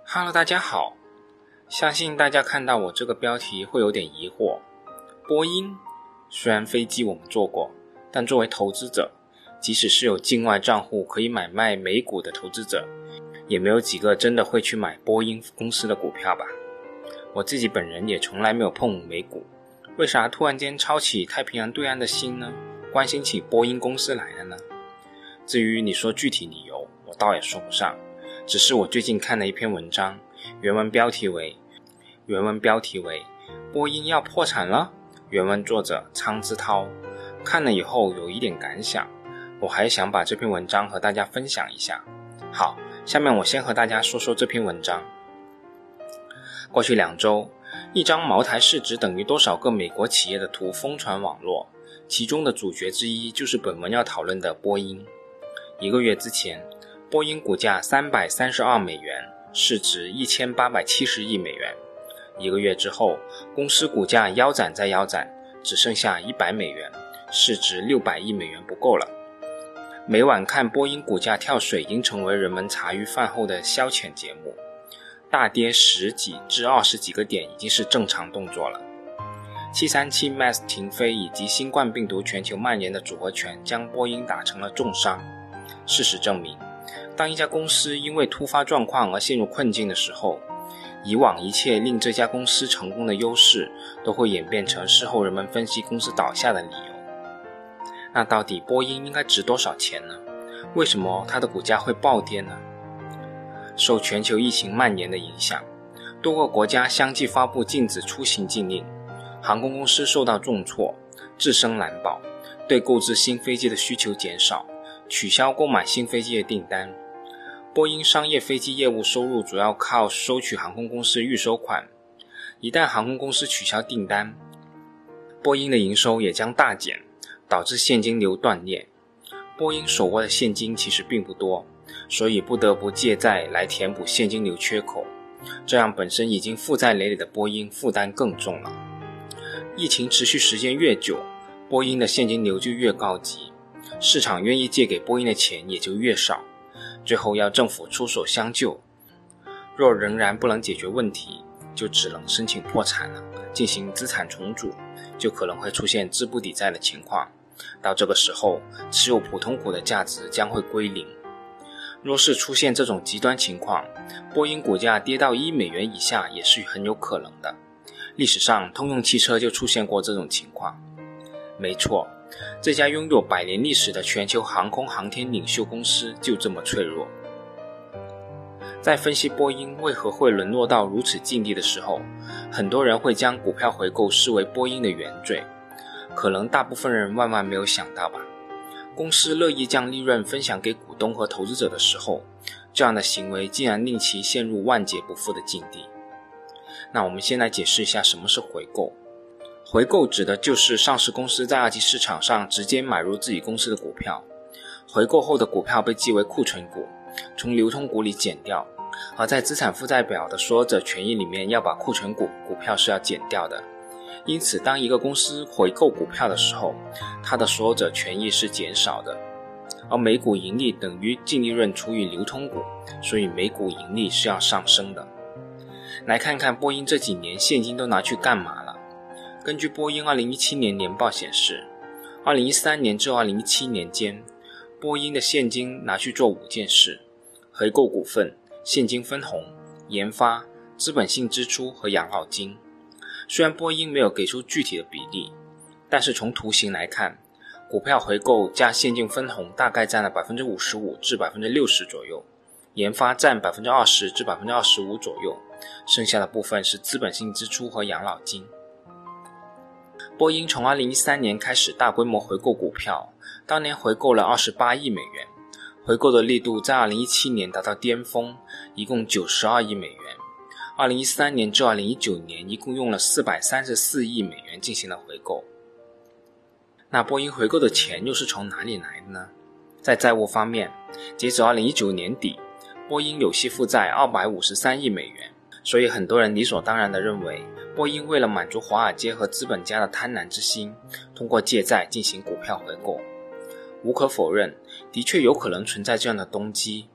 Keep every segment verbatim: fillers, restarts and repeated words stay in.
Hello， 大家好。相信大家看到我这个标题会有点疑惑。波音，虽然飞机我们坐过，但作为投资者，即使是有境外账户可以买卖美股的投资者，也没有几个真的会去买波音公司的股票吧。我自己本人也从来没有碰美股，为啥突然间抄起太平洋对岸的心呢？关心起波音公司来了呢？至于你说具体理由，我倒也说不上，只是我最近看了一篇文章，原文标题为原文标题为波音要破产了，原文作者苍之涛。看了以后有一点感想，我还想把这篇文章和大家分享一下。好，下面我先和大家说说这篇文章。过去两周，一张茅台市值等于多少个美国企业的图疯传网络，其中的主角之一就是本文要讨论的波音。一个月之前，波音股价三百三十二美元，市值一千八百七十亿美元。一个月之后，公司股价腰斩再腰斩，只剩下一百美元，市值六百亿美元不够了。每晚看波音股价跳水已经成为人们茶余饭后的消遣节目，大跌十几至二十几个点已经是正常动作了。七三七 MAX 停飞以及新冠病毒全球蔓延的组合拳将波音打成了重伤。事实证明，当一家公司因为突发状况而陷入困境的时候，以往一切令这家公司成功的优势都会演变成事后人们分析公司倒下的理由。那到底波音应该值多少钱呢？为什么它的股价会暴跌呢？受全球疫情蔓延的影响，多个国家相继发布禁止出行禁令，航空公司受到重挫，自身难保，对购置新飞机的需求减少，取消购买新飞机的订单。波音商业飞机业务收入主要靠收取航空公司预收款，一旦航空公司取消订单，波音的营收也将大减，导致现金流断裂。波音手握的现金其实并不多，所以不得不借债来填补现金流缺口，这样本身已经负债累累的波音负担更重了。疫情持续时间越久，波音的现金流就越高级，市场愿意借给波音的钱也就越少，最后要政府出手相救。若仍然不能解决问题，就只能申请破产了，进行资产重组，就可能会出现资不抵债的情况。到这个时候，持有普通股的价值将会归零。若是出现这种极端情况，波音股价跌到一美元以下也是很有可能的。历史上通用汽车就出现过这种情况。没错，这家拥有百年历史的全球航空航天领袖公司就这么脆弱。在分析波音为何会沦落到如此境地的时候，很多人会将股票回购视为波音的原罪。可能大部分人万万没有想到吧，公司乐意将利润分享给股东和投资者的时候，这样的行为竟然令其陷入万劫不复的境地。那我们先来解释一下什么是回购。回购指的就是上市公司在二级市场上直接买入自己公司的股票，回购后的股票被记为库存股，从流通股里减掉，而在资产负债表的所有者权益里面要把库存股股票是要减掉的。因此当一个公司回购股票的时候，它的所有者权益是减少的，而每股盈利等于净利润除以流通股，所以每股盈利是要上升的。来看看波音这几年现金都拿去干嘛了。根据波音二零一七年年报显示，二零一三年至二零一七年间，波音的现金拿去做五件事：回购股份、现金分红、研发、资本性支出和养老金。虽然波音没有给出具体的比例，但是从图形来看，股票回购加现金分红大概占了 百分之五十五 至 百分之六十 左右，研发占 百分之二十 至 百分之二十五 左右，剩下的部分是资本性支出和养老金。波音从二零一三年开始大规模回购股票，当年回购了二十八亿美元，回购的力度在二零一七年达到巅峰，一共九十二亿美元。二零一三年至二零一九年一共用了四百三十四亿美元进行了回购。那波音回购的钱又是从哪里来的呢？在债务方面，截止二零一九年底，波音有息负债二百五十三亿美元，所以很多人理所当然地认为，波音为了满足华尔街和资本家的贪婪之心，通过借债进行股票回购。无可否认，的确有可能存在这样的动机，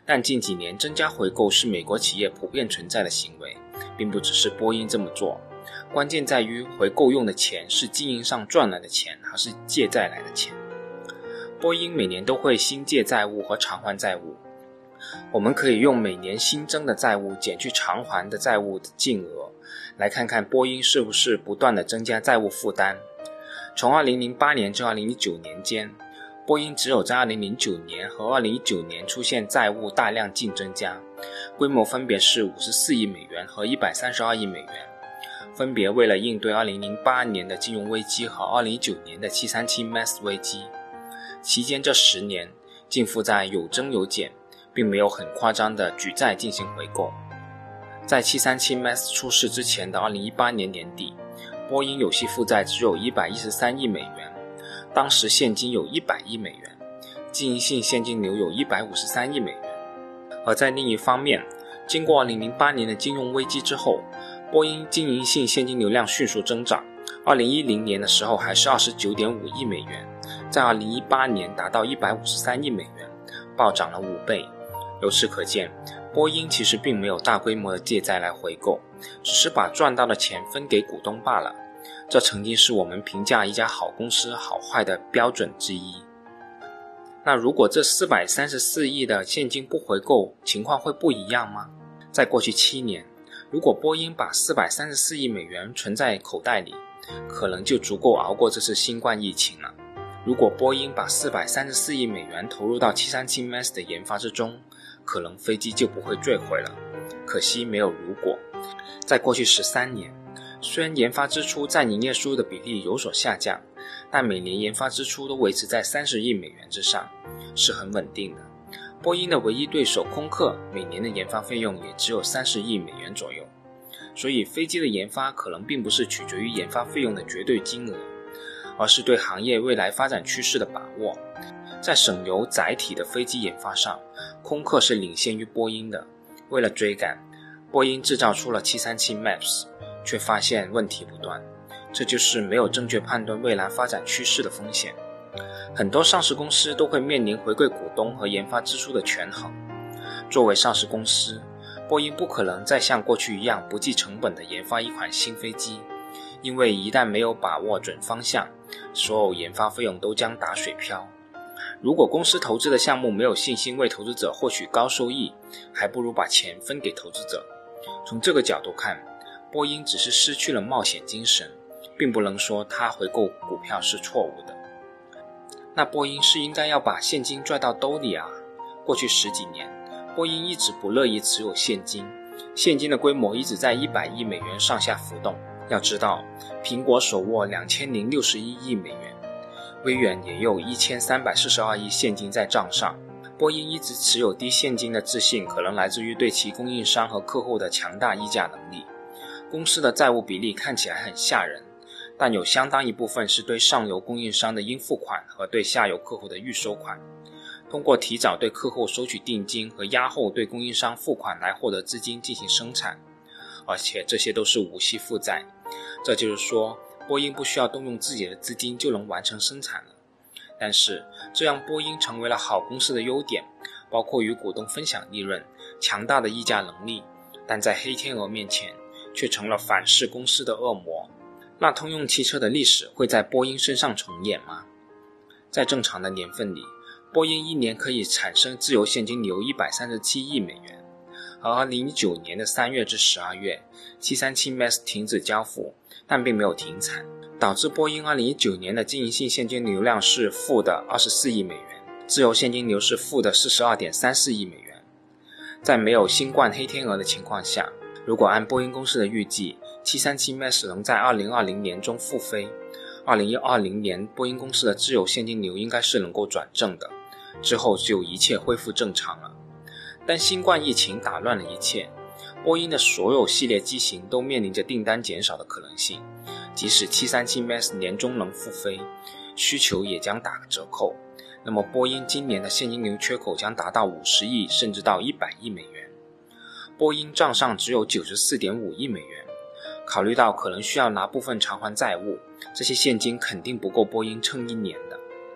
但近几年增加回购是美国企业普遍存在的行为，并不只是波音这么做，关键在于回购用的钱是经营上赚来的钱还是借债来的钱。波音每年都会新借债务和偿还债务，我们可以用每年新增的债务减去偿还的债务的净额，来看看波音是不是不断的增加债务负担。从二零零八年至二零一九年间，波音只有在二零零九年和二零一九年出现债务大量净增加，规模分别是五十四亿美元和一百三十二亿美元，分别为了应对二零零八年的金融危机和二零一九年的七三七 Max 危机。期间这十年净负债有增有减，并没有很夸张的举债进行回购。在七三七 Max 出事之前的二零一八年年底，波音有息负债只有一百一十三亿美元，当时现金有一百亿美元，经营性现金流有一百五十三亿美元。而在另一方面，经过二零零八年的金融危机之后，波音经营性现金流量迅速增长，二零一零年的时候还是 二十九点五亿美元，在二零一八年达到一百五十三亿美元，暴涨了五倍。由此可见，波音其实并没有大规模的借债来回购，只是把赚到的钱分给股东罢了。这曾经是我们评价一家好公司好坏的标准之一。那如果这四百三十四亿的现金不回购，情况会不一样吗？在过去七年，如果波音把四百三十四亿美元存在口袋里，可能就足够熬过这次新冠疫情了。如果波音把四百三十四亿美元投入到七三七 Max 的研发之中，可能飞机就不会坠毁了。可惜没有如果。在过去十三年，虽然研发支出占营业收入的比例有所下降，但每年研发支出都维持在三十亿美元之上，是很稳定的。波音的唯一对手空客每年的研发费用也只有三十亿美元左右，所以飞机的研发可能并不是取决于研发费用的绝对金额，而是对行业未来发展趋势的把握。在省油载体的飞机研发上，空客是领先于波音的。为了追赶，波音制造出了七三七 Max， 却发现问题不断，这就是没有正确判断未来发展趋势的风险。很多上市公司都会面临回馈股东和研发支出的权衡。作为上市公司，波音不可能再像过去一样不计成本地研发一款新飞机，因为一旦没有把握准方向，所有研发费用都将打水漂。如果公司投资的项目没有信心为投资者获取高收益，还不如把钱分给投资者。从这个角度看，波音只是失去了冒险精神，并不能说它回购股票是错误的。那波音是应该要把现金拽到兜里啊？过去十几年，波音一直不乐意持有现金，现金的规模一直在一百亿美元上下浮动。要知道，苹果手握两千零六十一亿美元，微软也有一千三百四十二亿现金在账上。波音一直持有低现金的自信，可能来自于对其供应商和客户的强大议价能力。公司的债务比例看起来很吓人，但有相当一部分是对上游供应商的应付款和对下游客户的预收款。通过提早对客户收取定金和压后对供应商付款来获得资金进行生产，而且这些都是无息负债。这就是说，波音不需要动用自己的资金就能完成生产了。但是这样波音成为了好公司的优点，包括与股东分享利润、强大的议价能力，但在黑天鹅面前却成了反噬公司的恶魔。那通用汽车的历史会在波音身上重演吗？在正常的年份里，波音一年可以产生自由现金流一百三十七亿美元，而二零一九年的三月至十二月，七三七 Max 停止交付，但并没有停产，导致波音二零一九年的经营性现金流量是负的二十四亿美元，自由现金流是负的 四十二点三四亿美元。在没有新冠黑天鹅的情况下，如果按波音公司的预计，七三七 Max 能在二零二零年中复飞，二零二零年波音公司的自由现金流应该是能够转正的，之后就一切恢复正常了。但新冠疫情打乱了一切，波音的所有系列机型都面临着订单减少的可能性，即使七三七 Max 年中能复飞，需求也将打个折扣，那么波音今年的现金流缺口将达到五十亿甚至到一百亿美元。波音账上只有 九十四点五亿美元，考虑到可能需要拿部分偿还债务，这些现金肯定不够波音撑一年的。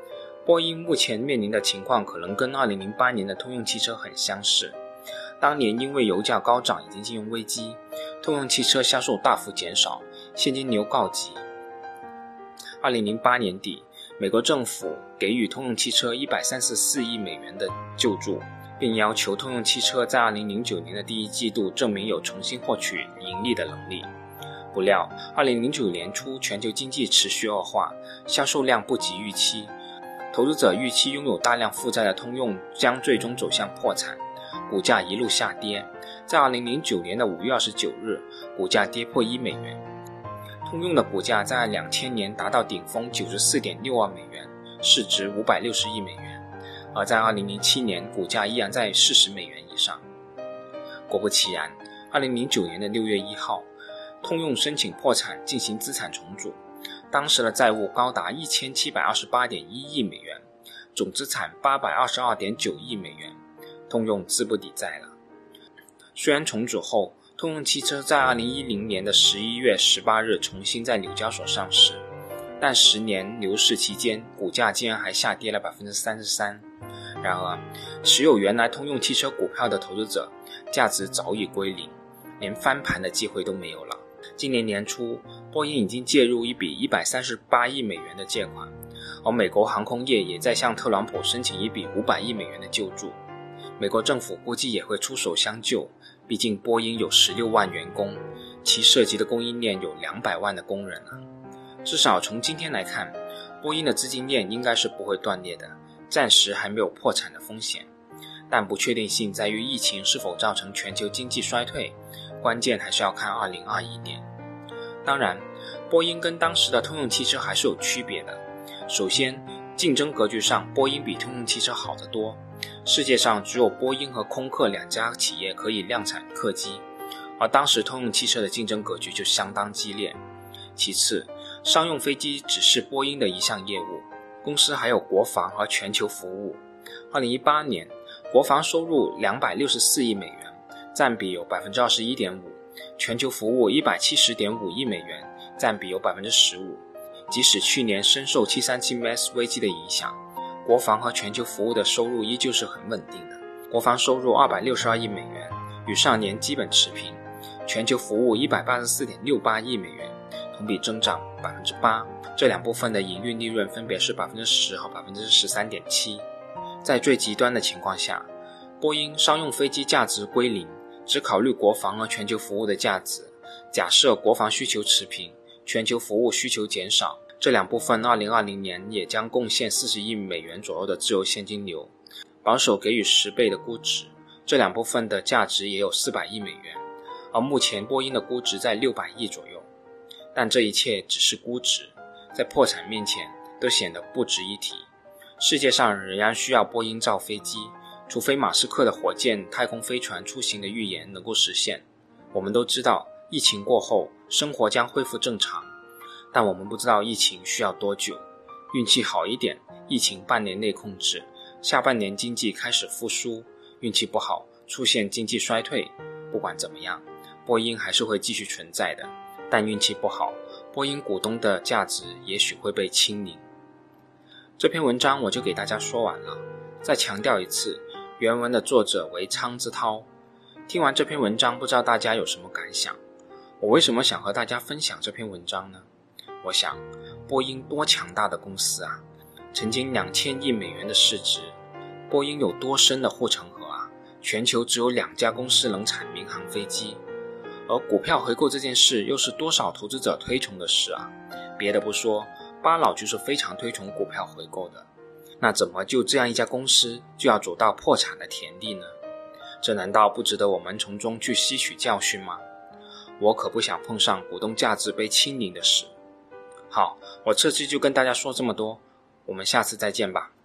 波音目前面临的情况可能跟二零零八年的通用汽车很相似。当年因为油价高涨以及金融危机，通用汽车销售大幅减少，现金流告急。二零零八年底，美国政府给予通用汽车一百三十四亿美元的救助，并要求通用汽车在二零零九年的第一季度证明有重新获取盈利的能力。不料二零零九年初全球经济持续恶化，销售量不及预期，投资者预期拥有大量负债的通用将最终走向破产，股价一路下跌，在二零零九年的五月二十九日，股价跌破一美元。通用的股价在两千年达到顶峰 九十四点六二美元，市值五百六十亿美元，而在二零零七年股价依然在四十美元以上。果不其然，二零零九年的六月一号，通用申请破产进行资产重组，当时的债务高达一千七百二十八点一亿美元，总资产八百二十二点九亿美元，通用资不抵债了。虽然重组后，通用汽车在二零一零年的十一月十八日重新在纽交所上市，但十年牛市期间，股价竟然还下跌了 百分之三十三。然而，持有原来通用汽车股票的投资者，价值早已归零，连翻盘的机会都没有了。今年年初，波音已经介入一笔一百三十八亿美元的借款，而美国航空业也在向特朗普申请一笔五百亿美元的救助。美国政府估计也会出手相救，毕竟波音有十六万员工，其涉及的供应链有两百万的工人啊。至少从今天来看，波音的资金链应该是不会断裂的，暂时还没有破产的风险。但不确定性在于疫情是否造成全球经济衰退，关键还是要看二零二一年。当然，波音跟当时的通用汽车还是有区别的。首先，竞争格局上，波音比通用汽车好得多。世界上只有波音和空客两家企业可以量产客机，而当时通用汽车的竞争格局就相当激烈。其次，商用飞机只是波音的一项业务，公司还有国防和全球服务。二零一八年，国防收入两百六十四亿美元，占比有 百分之二十一点五， 全球服务 一百七十点五亿美元，占比有 百分之十五。 即使去年深受七三七 MAX 危机的影响，国防和全球服务的收入依旧是很稳定的。国防收入二百六十二亿美元，与上年基本持平，全球服务 一百八十四点六八亿美元，同比增长 百分之八， 这两部分的营运利润分别是 百分之十 和 百分之十三点七。 在最极端的情况下，波音商用飞机价值归零，只考虑国防和全球服务的价值，假设国防需求持平，全球服务需求减少，这两部分二零二零年也将贡献四十亿美元左右的自由现金流，保守给予十倍的估值，这两部分的价值也有四百亿美元，而目前波音的估值在六百亿左右。但这一切只是估值，在破产面前都显得不值一提。世界上仍然需要波音造飞机，除非马斯克的火箭太空飞船出行的预言能够实现。我们都知道疫情过后生活将恢复正常，但我们不知道疫情需要多久。运气好一点，疫情半年内控制，下半年经济开始复苏；运气不好，出现经济衰退。不管怎么样，波音还是会继续存在的，但运气不好，波音股东的价值也许会被清零。这篇文章我就给大家说完了，再强调一次，原文的作者为苍之涛。听完这篇文章，不知道大家有什么感想？我为什么想和大家分享这篇文章呢？我想，波音多强大的公司啊，曾经两千亿美元的市值，波音有多深的护城河啊，全球只有两家公司能产民航飞机。而股票回购这件事又是多少投资者推崇的事啊？别的不说，巴老就是非常推崇股票回购的。那怎么就这样一家公司就要走到破产的田地呢？这难道不值得我们从中去吸取教训吗？我可不想碰上股东价值被清零的事。好，我这期就跟大家说这么多，我们下次再见吧。